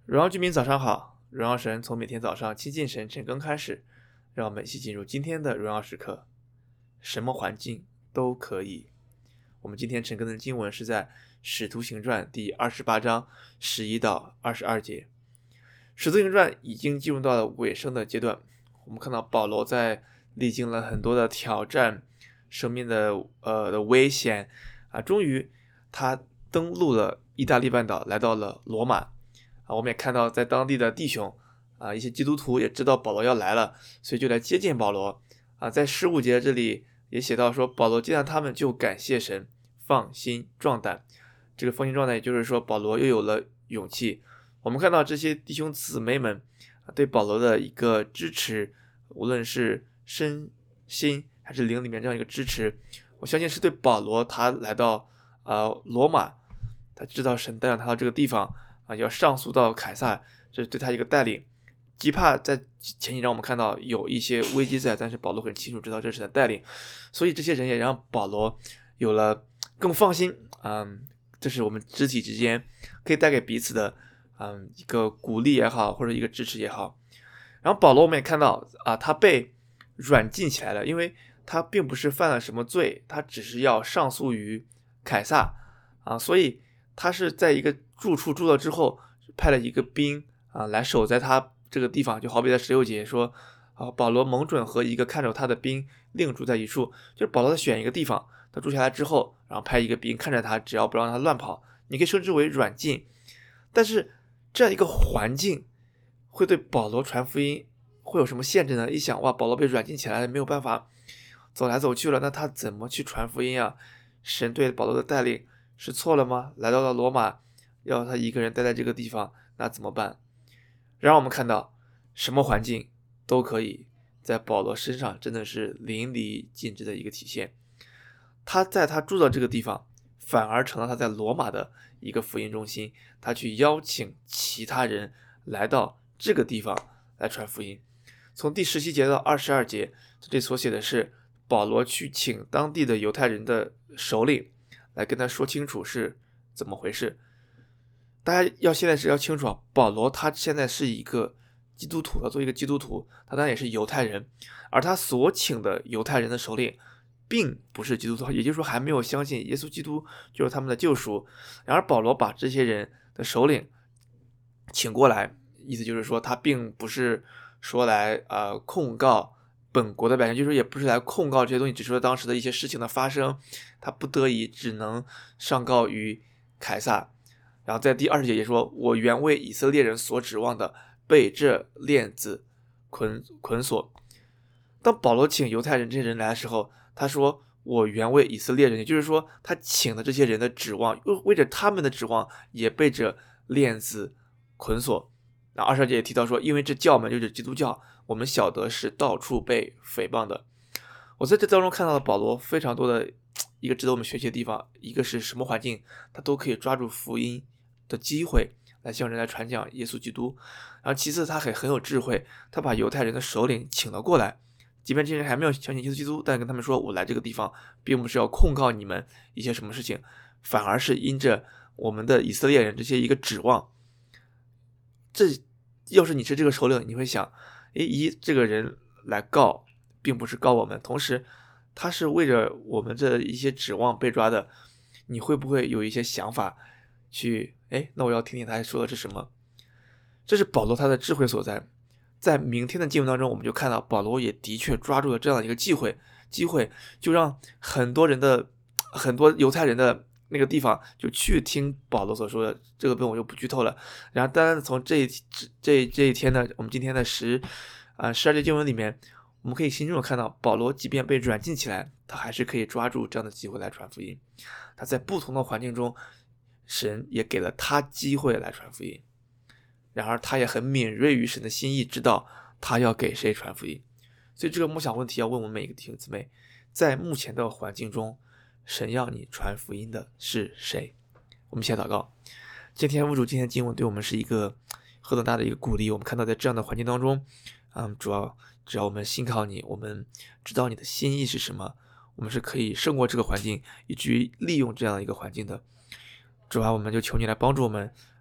荣耀居民早上好，荣耀神从每天早上亲近神晨更开始，让我们一起进入今天的荣耀时刻。什么环境都可以。我们今天晨更的经文是在使徒行传第28章11到22节。使徒行传已经进入到了尾声的阶段，我们看到保罗在历经了很多的挑战，生命的危险终于他登陆了意大利半岛，来到了罗马。我们也看到在当地的弟兄一些基督徒也知道保罗要来了，所以就来接见保罗在15节这里也写到说，保罗见到他们就感谢神，放心壮胆。这个放心壮胆也就是说保罗又有了勇气。我们看到这些弟兄姊妹们对保罗的一个支持，无论是身心还是灵里面这样一个支持，我相信是对保罗他来到罗马，他知道神带领他到这个地方要上诉到凯撒，这是对他一个带领。极怕在前几章我们看到有一些危机在，但是保罗很清楚知道这是神的带领，所以这些人也让保罗有了更放心这是我们肢体之间可以带给彼此的一个鼓励也好，或者一个支持也好。然后保罗我们也看到他被软禁起来了，因为他并不是犯了什么罪，他只是要上诉于凯撒所以他是在一个住处住了之后，派了一个兵来守在他这个地方，就好比在16节说保罗蒙准和一个看守他的兵另住在一处，就是保罗选一个地方，他住下来之后，然后派一个兵看着他，只要不让他乱跑，你可以称之为软禁。但是这样一个环境会对保罗传福音会有什么限制呢？一想保罗被软禁起来了，没有办法走来走去了，那他怎么去传福音神对保罗的带领是错了吗？来到了罗马，要他一个人待在这个地方，那怎么办？然后我们看到什么环境都可以，在保罗身上真的是淋漓尽致的一个体现。他在他住的这个地方反而成了他在罗马的一个福音中心，他去邀请其他人来到这个地方来传福音。从第17节到22节，这里所写的是保罗去请当地的犹太人的首领来跟他说清楚是怎么回事。大家现在是要清楚保罗他现在是一个基督徒，作为一个基督徒，他当然也是犹太人，而他所请的犹太人的首领并不是基督徒，也就是说还没有相信耶稣基督就是他们的救赎。然而保罗把这些人的首领请过来，意思就是说他并不是说来控告本国的百姓，就是说也不是来控告这些东西，只是说当时的一些事情的发生，他不得已只能上告于凯撒。然后在第20节也说，我原为以色列人所指望的，被这链子捆锁。当保罗请犹太人这些人来的时候，他说我原为以色列人，也就是说他请的这些人的指望，为着他们的指望也被这链子捆锁。然后22节也提到说，因为这教门就是基督教，我们晓得是到处被诽谤的。我在这当中看到了保罗非常多的一个值得我们学习的地方，一个是什么环境他都可以抓住福音的机会来向人来传讲耶稣基督。然后其次他很有智慧，他把犹太人的首领请了过来，即便这些人还没有相信耶稣基督，但跟他们说，我来这个地方并不是要控告你们一些什么事情，反而是因着我们的以色列人这些一个指望。这要是你是这个首领，你会想这个人来告并不是告我们，同时他是为着我们这一些指望被抓的，你会不会有一些想法去那我要听听他说的是什么。这是保罗他的智慧所在。在明天的经文当中，我们就看到保罗也的确抓住了这样的一个机会就让很多犹太人的那个地方就去听保罗所说的，这个部分我就不剧透了。然后当然从这一天呢，我们今天的12节经文里面，我们可以清楚地看到保罗即便被软禁起来，他还是可以抓住这样的机会来传福音。他在不同的环境中，神也给了他机会来传福音。然而他也很敏锐于神的心意，知道他要给谁传福音。所以这个默想问题要问我们每一个弟兄姊妹，在目前的环境中，神要你传福音的是谁？我们一起来祷告。今天主，今天经文对我们是一个何等大的一个鼓励。我们看到在这样的环境当中主要只要我们信靠你，我们知道你的心意是什么，我们是可以胜过这个环境，以至于利用这样的一个环境的。主啊，我们就求你来帮助我们，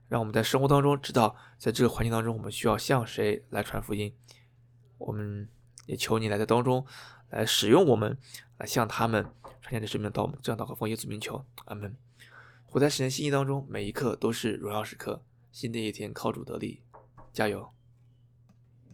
让我们在生活当中知道，在这个环境当中，我们需要向谁来传福音。我们也求你来在当中来使用我们，来向他们传讲这生命的道。这样祷告奉耶稣名求，阿门。活在神的心意当中，每一刻都是荣耀时刻。新的一天靠主得力，加油！